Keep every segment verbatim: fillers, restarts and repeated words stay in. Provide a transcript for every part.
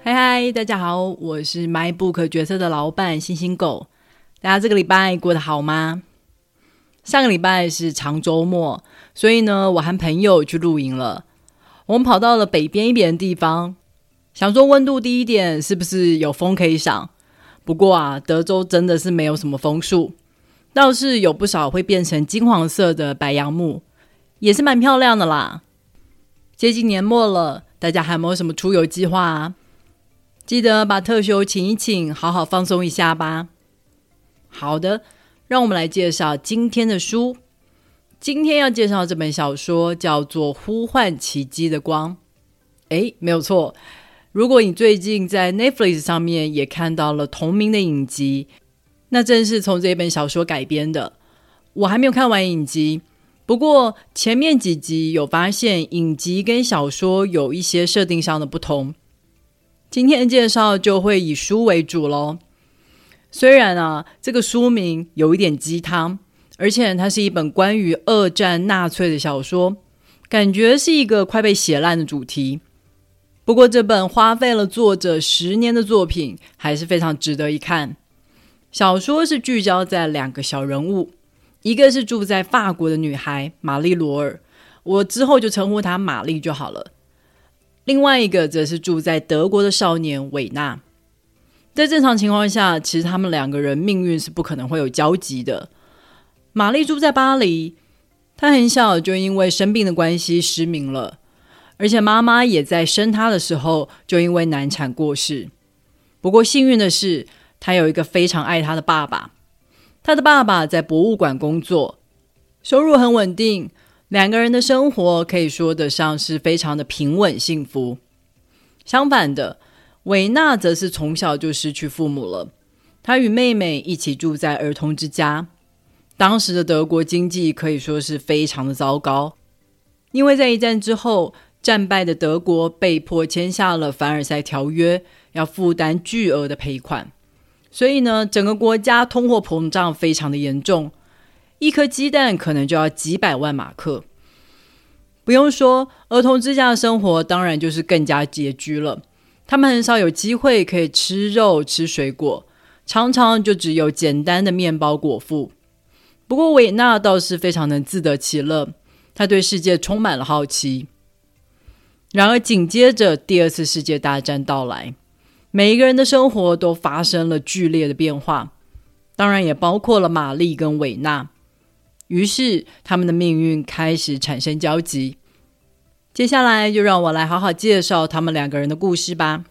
嗨嗨，大家好，我是 MyBook 角色的老板星星狗。大家这个礼拜过得好吗？上个礼拜是长周末，所以呢，我和朋友去露营了。我们跑到了北边一点的地方，想说温度低一点，是不是有风可以赏？不过啊，德州真的是没有什么枫树，倒是有不少会变成金黄色的白杨木，也是蛮漂亮的啦。接近年末了，大家还有没有什么出游计划啊？记得把特休请一请，好好放松一下吧。好的，让我们来介绍今天的书。今天要介绍这本小说叫做《呼唤奇迹的光》。诶，没有错，如果你最近在 Netflix 上面也看到了同名的影集，那正是从这本小说改编的。我还没有看完影集，不过前面几集有发现影集跟小说有一些设定上的不同。今天的介绍就会以书为主咯。虽然啊，这个书名有一点鸡汤，而且它是一本关于二战纳粹的小说，感觉是一个快被写烂的主题。不过这本花费了作者十年的作品还是非常值得一看。小说是聚焦在两个小人物，一个是住在法国的女孩玛丽罗尔，我之后就称呼她玛丽就好了。另外一个则是住在德国的少年韦纳。在正常情况下，其实他们两个人命运是不可能会有交集的。玛丽住在巴黎，她很小就因为生病的关系失明了，而且妈妈也在生她的时候就因为难产过世。不过幸运的是，她有一个非常爱她的爸爸。她的爸爸在博物馆工作，收入很稳定，两个人的生活可以说得上是非常的平稳幸福。相反的，韦纳则是从小就失去父母了，他与妹妹一起住在儿童之家。当时的德国经济可以说是非常的糟糕，因为在一战之后，战败的德国被迫签下了凡尔赛条约，要负担巨额的赔款，所以呢，整个国家通货膨胀非常的严重，一颗鸡蛋可能就要几百万马克。不用说，儿童之家的生活当然就是更加拮据了。他们很少有机会可以吃肉吃水果，常常就只有简单的面包果腹。不过韦纳倒是非常能自得其乐，他对世界充满了好奇。然而紧接着第二次世界大战到来，每一个人的生活都发生了剧烈的变化，当然也包括了玛丽跟韦纳。于是他们的命运开始产生交集。接下来就让我来好好介绍他们两个人的故事吧。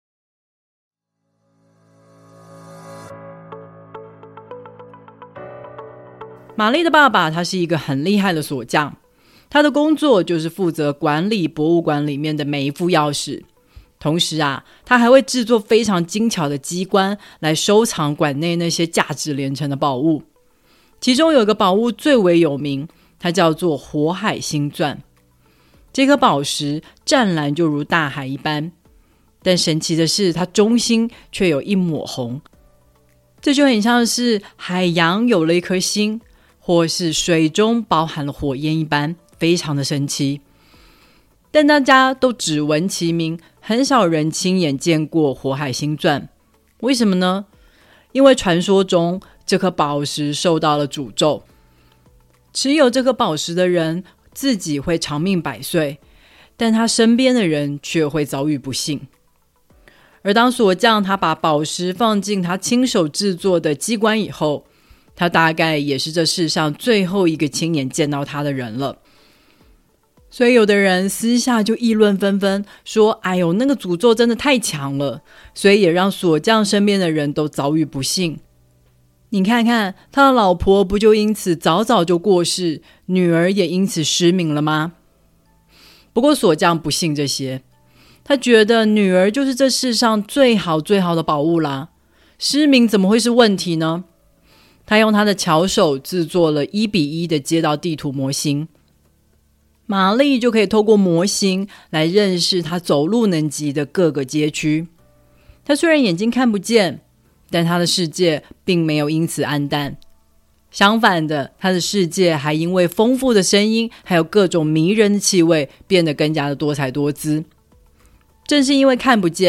玛丽的爸爸他是一个很厉害的锁匠，他的工作就是负责管理博物馆里面的每一副钥匙，同时啊，他还会制作非常精巧的机关来收藏馆内那些价值连城的宝物。其中有一个宝物最为有名，它叫做火海星钻。这颗宝石湛蓝就如大海一般，但神奇的是它中心却有一抹红，这就很像是海洋有了一颗星，或是水中包含了火焰一般，非常的神奇。但大家都只闻其名，很少人亲眼见过火海星钻。为什么呢？因为传说中这颗宝石受到了诅咒，持有这颗宝石的人自己会长命百岁，但他身边的人却会遭遇不幸。而当锁匠他把宝石放进他亲手制作的机关以后，他大概也是这世上最后一个亲眼见到他的人了。所以有的人私下就议论纷纷，说哎呦，那个诅咒真的太强了，所以也让锁匠身边的人都遭遇不幸。你看看他的老婆不就因此早早就过世，女儿也因此失明了吗？不过锁匠不信这些，他觉得女儿就是这世上最好最好的宝物啦，失明怎么会是问题呢？他用他的巧手制作了一比一的街道地图模型，玛丽就可以透过模型来认识他走路能及的各个街区。他虽然眼睛看不见，但他的世界并没有因此暗淡，相反的，他的世界还因为丰富的声音还有各种迷人的气味变得更加的多彩多姿。正是因为看不见，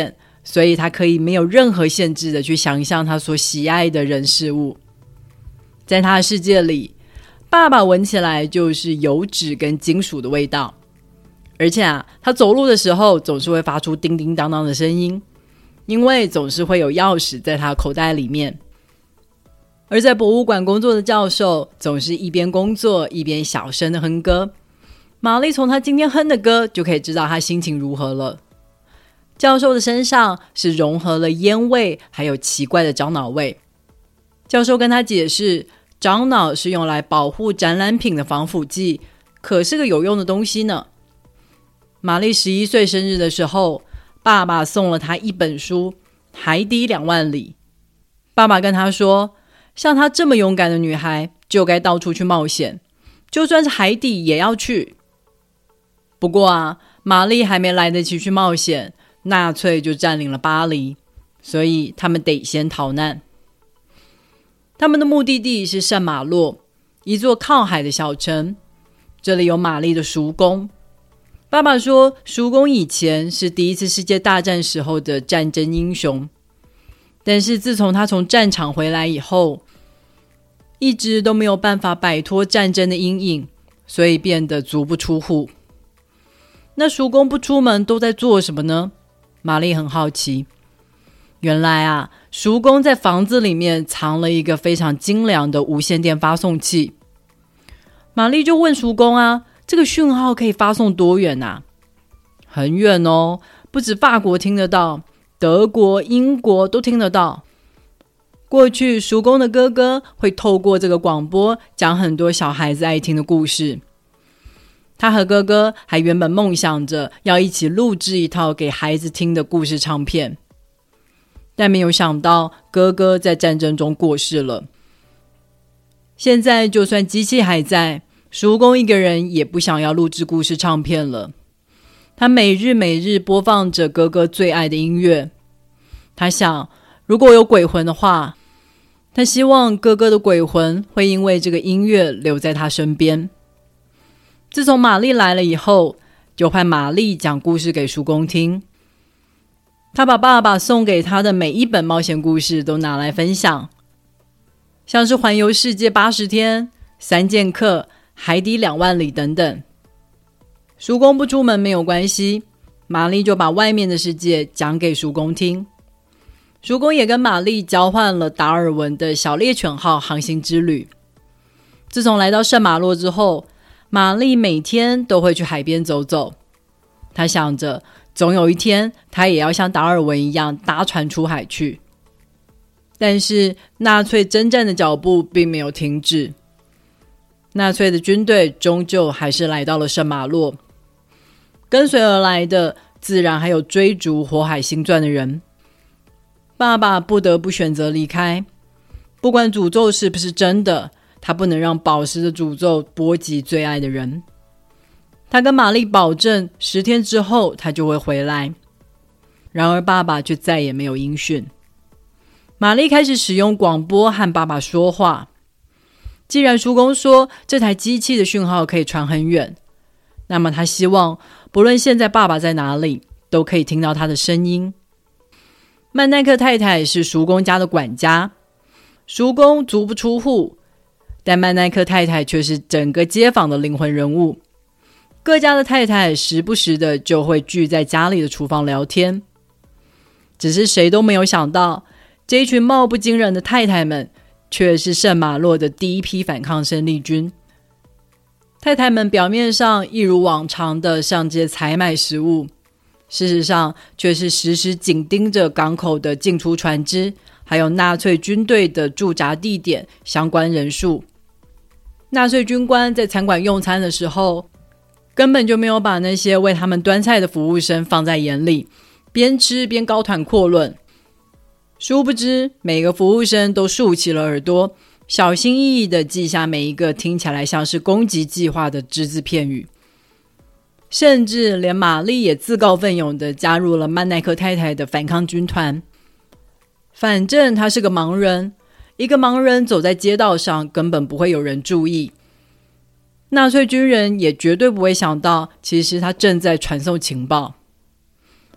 所以他可以没有任何限制的去想象他所喜爱的人事物。在他的世界里，爸爸闻起来就是油脂跟金属的味道，而且啊，他走路的时候总是会发出叮叮当当的声音，因为总是会有钥匙在他的口袋里面。而在博物馆工作的教授总是一边工作一边小声的哼歌，玛丽从他今天哼的歌就可以知道他心情如何了。教授的身上是融合了烟味还有奇怪的樟脑味。教授跟他解释，樟脑是用来保护展览品的防腐剂，可是个有用的东西呢。玛丽十一岁生日的时候，爸爸送了她一本书《海底两万里》。爸爸跟她说，像她这么勇敢的女孩就该到处去冒险，就算是海底也要去。不过啊，玛丽还没来得及去冒险，纳粹就占领了巴黎，所以他们得先逃难。他们的目的地是圣马洛，一座靠海的小城，这里有玛丽的叔公。爸爸说，叔公以前是第一次世界大战时候的战争英雄，但是自从他从战场回来以后，一直都没有办法摆脱战争的阴影，所以变得足不出户。那叔公不出门都在做什么呢？玛丽很好奇。原来啊，叔公在房子里面藏了一个非常精良的无线电发送器。玛丽就问叔公啊，这个讯号可以发送多远啊？很远哦，不止法国听得到，德国、英国都听得到。过去叔公的哥哥会透过这个广播讲很多小孩子爱听的故事。他和哥哥还原本梦想着要一起录制一套给孩子听的故事唱片，但没有想到哥哥在战争中过世了。现在就算机器还在，叔公一个人也不想要录制故事唱片了。他每日每日播放着哥哥最爱的音乐。他想，如果有鬼魂的话，他希望哥哥的鬼魂会因为这个音乐留在他身边。自从玛丽来了以后，就换玛丽讲故事给叔公听。他把爸爸送给他的每一本冒险故事都拿来分享，像是环游世界八十天、三剑客、海底两万里等等。叔公不出门没有关系，玛丽就把外面的世界讲给叔公听。叔公也跟玛丽交换了达尔文的小猎犬号航行之旅。自从来到圣马洛之后，玛丽每天都会去海边走走。她想着，总有一天她也要像达尔文一样搭船出海去。但是纳粹征战的脚步并没有停止，纳粹的军队终究还是来到了圣马洛。跟随而来的自然还有追逐火海星钻的人。爸爸不得不选择离开，不管诅咒是不是真的，他不能让宝石的诅咒波及最爱的人。他跟玛丽保证，十天之后他就会回来。然而爸爸却再也没有音讯。玛丽开始使用广播和爸爸说话。既然叔公说这台机器的讯号可以传很远，那么他希望不论现在爸爸在哪里，都可以听到他的声音。曼奈克太太是叔公家的管家，叔公足不出户，但曼奈克太太却是整个街坊的灵魂人物。各家的太太时不时的就会聚在家里的厨房聊天，只是谁都没有想到，这一群貌不惊人的太太们却是圣马洛的第一批反抗生力军。太太们表面上一如往常的上街采买食物，事实上却是时时紧盯着港口的进出船只，还有纳粹军队的驻扎地点相关人数。纳粹军官在餐馆用餐的时候，根本就没有把那些为他们端菜的服务生放在眼里，边吃边高谈阔论。殊不知每个服务生都竖起了耳朵，小心翼翼地记下每一个听起来像是攻击计划的只字片语。甚至连玛丽也自告奋勇地加入了曼奈克太太的反抗军团。反正他是个盲人，一个盲人走在街道上根本不会有人注意。纳粹军人也绝对不会想到，其实他正在传送情报。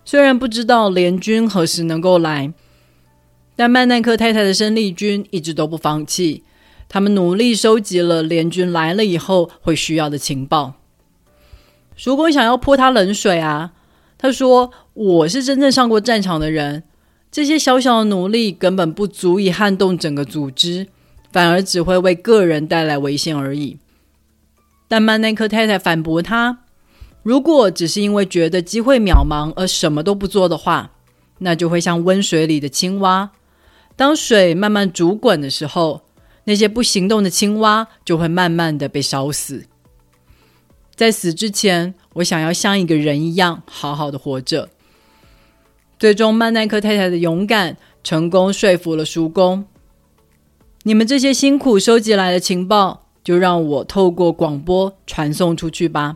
虽然不知道联军何时能够来，但曼奈克太太的生力军一直都不放弃，他们努力收集了联军来了以后会需要的情报。叔公想要泼他冷水啊，他说，我是真正上过战场的人，这些小小的努力根本不足以撼动整个组织，反而只会为个人带来危险而已。但曼奈克太太反驳他，如果只是因为觉得机会渺茫而什么都不做的话，那就会像温水里的青蛙，当水慢慢煮滚的时候，那些不行动的青蛙就会慢慢的被烧死。在死之前，我想要像一个人一样好好的活着。最终曼奈克太太的勇敢成功说服了叔公，你们这些辛苦收集来的情报就让我透过广播传送出去吧。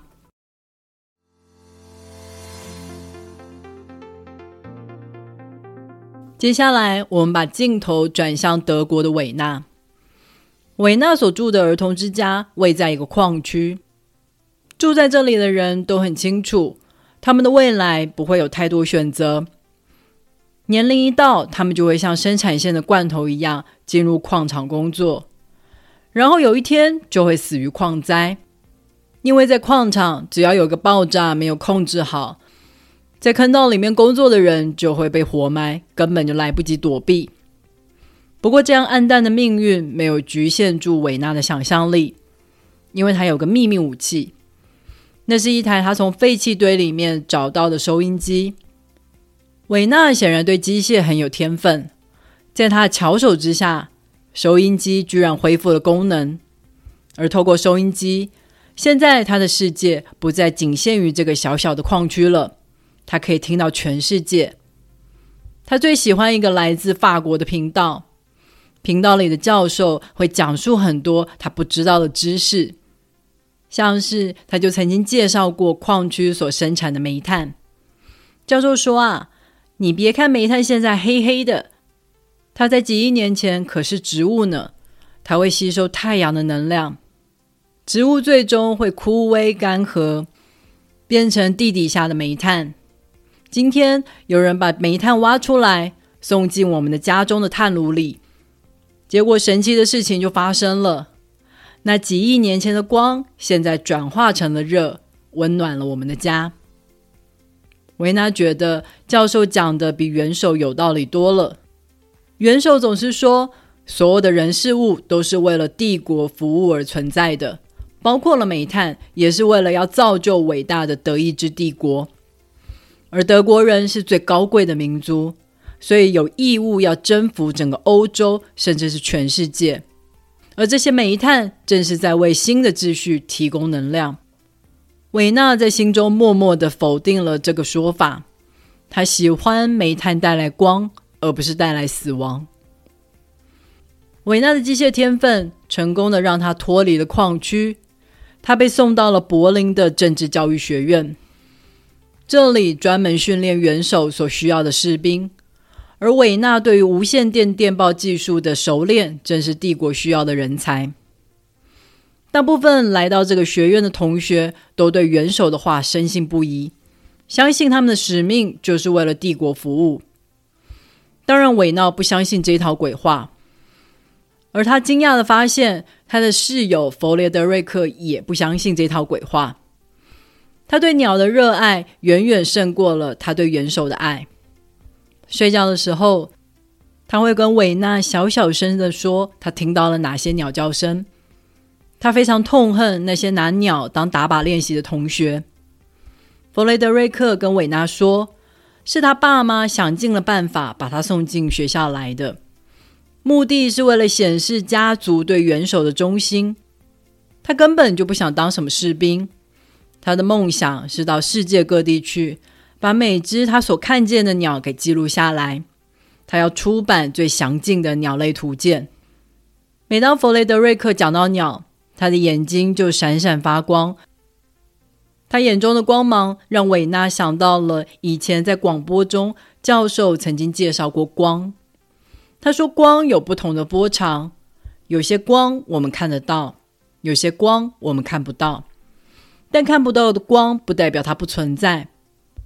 接下来我们把镜头转向德国的韦纳。韦纳所住的儿童之家位在一个矿区，住在这里的人都很清楚，他们的未来不会有太多选择。年龄一到，他们就会像生产线的罐头一样进入矿场工作，然后有一天就会死于矿灾。因为在矿场，只要有个爆炸没有控制好，在坑道里面工作的人就会被活埋，根本就来不及躲避。不过这样暗淡的命运没有局限住韦纳的想象力，因为他有个秘密武器，那是一台他从废弃堆里面找到的收音机。韦纳显然对机械很有天分，在他的巧手之下，收音机居然恢复了功能。而透过收音机，现在他的世界不再仅限于这个小小的矿区了，他可以听到全世界。他最喜欢一个来自法国的频道，频道里的教授会讲述很多他不知道的知识，像是他就曾经介绍过矿区所生产的煤炭。教授说啊，你别看煤炭现在黑黑的，它在几亿年前可是植物呢，它会吸收太阳的能量，植物最终会枯萎干涸，变成地底下的煤炭。今天有人把煤炭挖出来，送进我们的家中的炭炉里，结果神奇的事情就发生了，那几亿年前的光现在转化成了热，温暖了我们的家。维纳觉得教授讲的比元首有道理多了。元首总是说，所有的人事物都是为了帝国服务而存在的，包括了煤炭，也是为了要造就伟大的德意志帝国。而德国人是最高贵的民族，所以有义务要征服整个欧洲，甚至是全世界。而这些煤炭正是在为新的秩序提供能量。韦纳在心中默默地否定了这个说法，他喜欢煤炭带来光，而不是带来死亡。韦纳的机械天分成功地让他脱离了矿区，他被送到了柏林的政治教育学院，这里专门训练元首所需要的士兵，而韦纳对于无线电电报技术的熟练正是帝国需要的人才。大部分来到这个学院的同学都对元首的话深信不疑，相信他们的使命就是为了帝国服务。当然韦纳不相信这套鬼话，而他惊讶地发现他的室友弗列德瑞克也不相信这套鬼话。他对鸟的热爱远远胜过了他对元首的爱。睡觉的时候，他会跟韦纳小小声地说他听到了哪些鸟叫声。他非常痛恨那些拿鸟当打靶练习的同学。弗雷德瑞克跟韦纳说，是他爸妈想尽了办法把他送进学校来的，目的是为了显示家族对元首的忠心。他根本就不想当什么士兵，他的梦想是到世界各地去，把每只他所看见的鸟给记录下来。他要出版最详尽的鸟类图鉴。每当弗雷德瑞克讲到鸟，他的眼睛就闪闪发光。他眼中的光芒让韦纳想到了以前在广播中教授曾经介绍过光。他说光有不同的波长，有些光我们看得到，有些光我们看不到，但看不到的光不代表它不存在。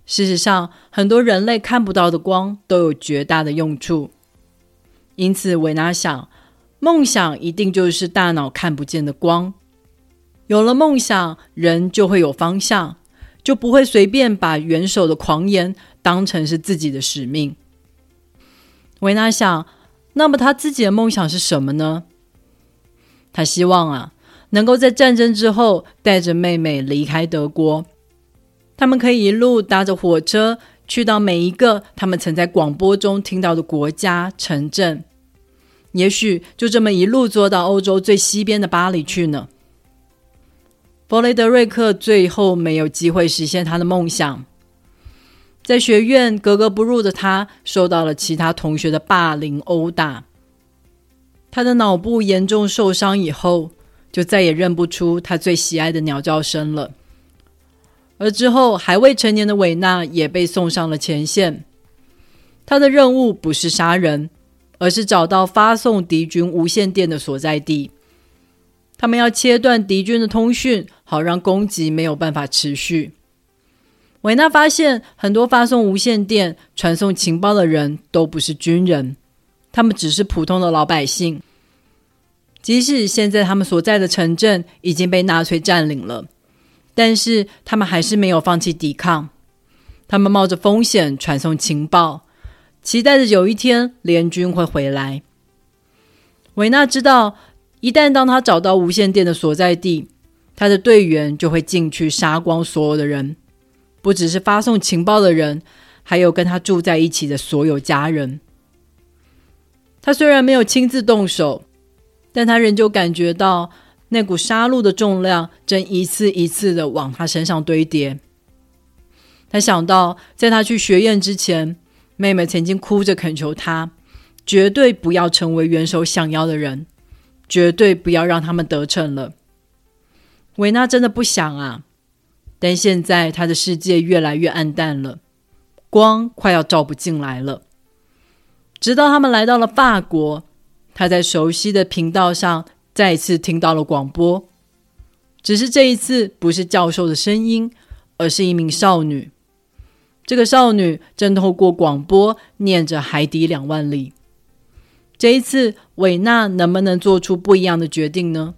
事实上，很多人类看不到的光都有绝大的用处。因此，维纳想，梦想一定就是大脑看不见的光。有了梦想，人就会有方向，就不会随便把元首的狂言当成是自己的使命。维纳想，那么他自己的梦想是什么呢？他希望啊，能够在战争之后带着妹妹离开德国，他们可以一路搭着火车去到每一个他们曾在广播中听到的国家、城镇，也许就这么一路坐到欧洲最西边的巴黎去呢。弗雷德瑞克最后没有机会实现他的梦想，在学院格格不入的他受到了其他同学的霸凌殴打，他的脑部严重受伤以后，就再也认不出他最喜爱的鸟叫声了。而之后还未成年的韦纳也被送上了前线，他的任务不是杀人，而是找到发送敌军无线电的所在地。他们要切断敌军的通讯，好让攻击没有办法持续。韦纳发现很多发送无线电、传送情报的人都不是军人，他们只是普通的老百姓。即使现在他们所在的城镇已经被纳粹占领了，但是他们还是没有放弃抵抗。他们冒着风险传送情报，期待着有一天联军会回来。韦纳知道，一旦当他找到无线电的所在地，他的队员就会进去杀光所有的人，不只是发送情报的人，还有跟他住在一起的所有家人。他虽然没有亲自动手，但他仍旧感觉到那股杀戮的重量正一次一次的往他身上堆叠。他想到，在他去学院之前，妹妹曾经哭着恳求他，绝对不要成为元首想要的人，绝对不要让他们得逞了。维纳真的不想啊，但现在他的世界越来越暗淡了，光快要照不进来了。直到他们来到了法国，他在熟悉的频道上再一次听到了广播，只是这一次不是教授的声音，而是一名少女。这个少女正透过广播念着海底两万里。这一次韦纳能不能做出不一样的决定呢？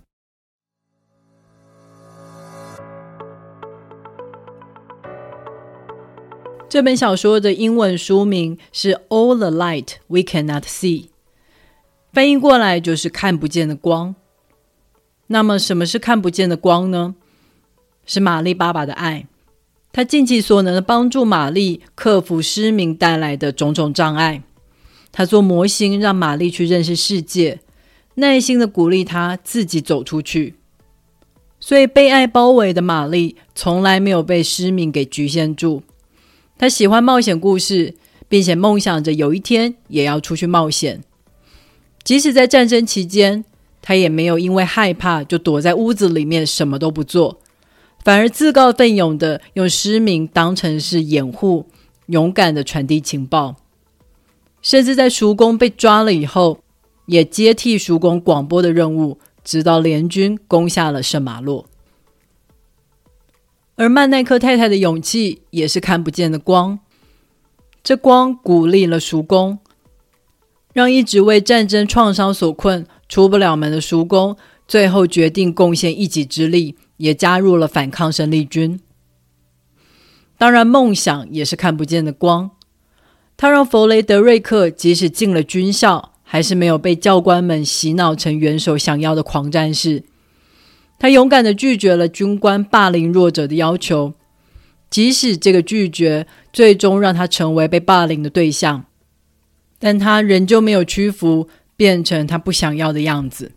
这本小说的英文书名是 All the Light We Cannot See， 翻译过来就是看不见的光。那么什么是看不见的光呢？是玛丽爸爸的爱，他尽其所能的帮助玛丽克服失明带来的种种障碍。他做模型让玛丽去认识世界，耐心的鼓励她自己走出去。所以被爱包围的玛丽从来没有被失明给局限住。她喜欢冒险故事，并且梦想着有一天也要出去冒险。即使在战争期间，她也没有因为害怕就躲在屋子里面什么都不做，反而自告奋勇的用失明当成是掩护，勇敢的传递情报。甚至在叔公被抓了以后，也接替叔公广播的任务，直到联军攻下了圣马洛。而曼奈克太太的勇气也是看不见的光，这光鼓励了叔公，让一直为战争创伤所困出不了门的叔公最后决定贡献一己之力，也加入了反抗胜利军。当然梦想也是看不见的光，他让弗雷德瑞克即使进了军校，还是没有被教官们洗脑成元首想要的狂战士。他勇敢地拒绝了军官霸凌弱者的要求，即使这个拒绝最终让他成为被霸凌的对象，但他仍旧没有屈服，变成他不想要的样子。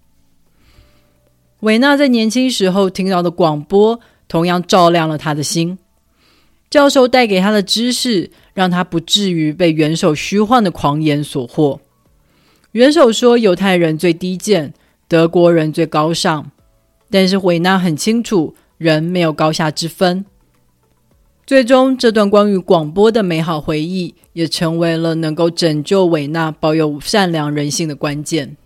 韦纳在年轻时候听到的广播同样照亮了他的心，教授带给他的知识让他不至于被元首虚幻的狂言所惑。元首说犹太人最低贱，德国人最高尚，但是韦纳很清楚人没有高下之分。最终这段关于广播的美好回忆也成为了能够拯救韦纳保有善良人性的关键。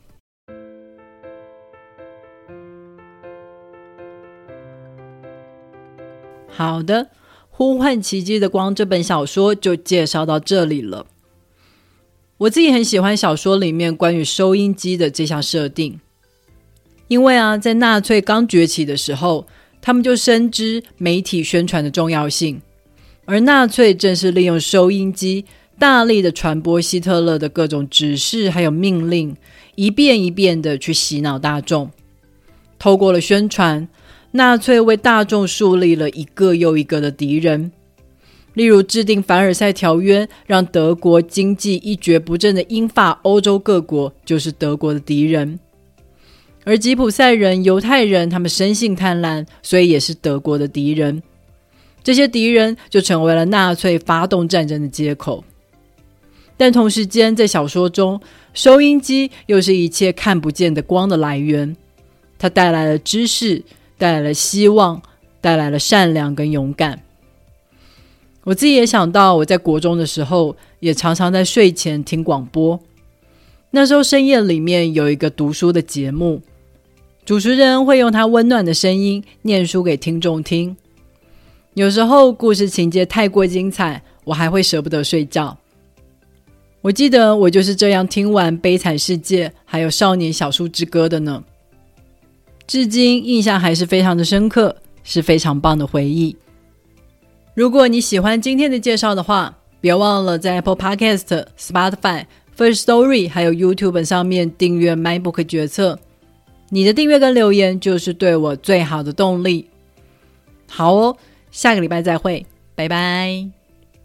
好的， 呼唤奇迹的光》这本小说就介绍到这里了。我自己很喜欢小说里面关于收音机的这项设定，因为啊，在纳粹刚崛起的时候，他们就深知媒体宣传的重要性，而纳粹正是利用收音机大力的传播希特勒的各种指示还有命令，一遍一遍的去洗脑大众。透过了宣传，纳粹为大众树立了一个又一个的敌人，例如制定凡尔赛条约，让德国经济一蹶不振的英法欧洲各国就是德国的敌人，而吉普赛人、犹太人他们生性贪婪，所以也是德国的敌人。这些敌人就成为了纳粹发动战争的借口。但同时间，在小说中，收音机又是一切看不见的光的来源，它带来了知识，带来了希望，带来了善良跟勇敢。我自己也想到，我在国中的时候也常常在睡前听广播，那时候深夜里面有一个读书的节目，主持人会用他温暖的声音念书给听众听，有时候故事情节太过精彩，我还会舍不得睡觉。我记得我就是这样听完《悲惨世界》还有《少年小树之歌》的呢，至今印象还是非常的深刻，是非常棒的回忆。如果你喜欢今天的介绍的话，别忘了在 Apple Podcast、Spotify、First Story 还有 YouTube 上面订阅 MyBook 决策，你的订阅跟留言就是对我最好的动力。好哦，下个礼拜再会，拜拜。